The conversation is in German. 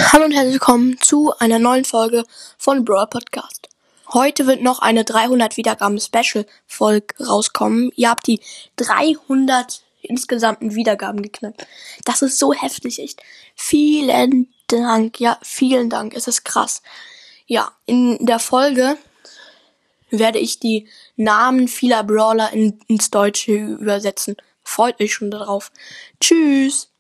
Hallo und herzlich willkommen zu einer neuen Folge von Brawl Podcast. Heute wird noch eine 300 Wiedergaben Special Folge rauskommen. Ihr habt die 300 insgesamten Wiedergaben geknackt. Das ist so heftig, echt. Vielen Dank, ja, vielen Dank. Es ist krass. Ja, in der Folge werde ich die Namen vieler Brawler ins Deutsche übersetzen. Freut euch schon darauf. Tschüss.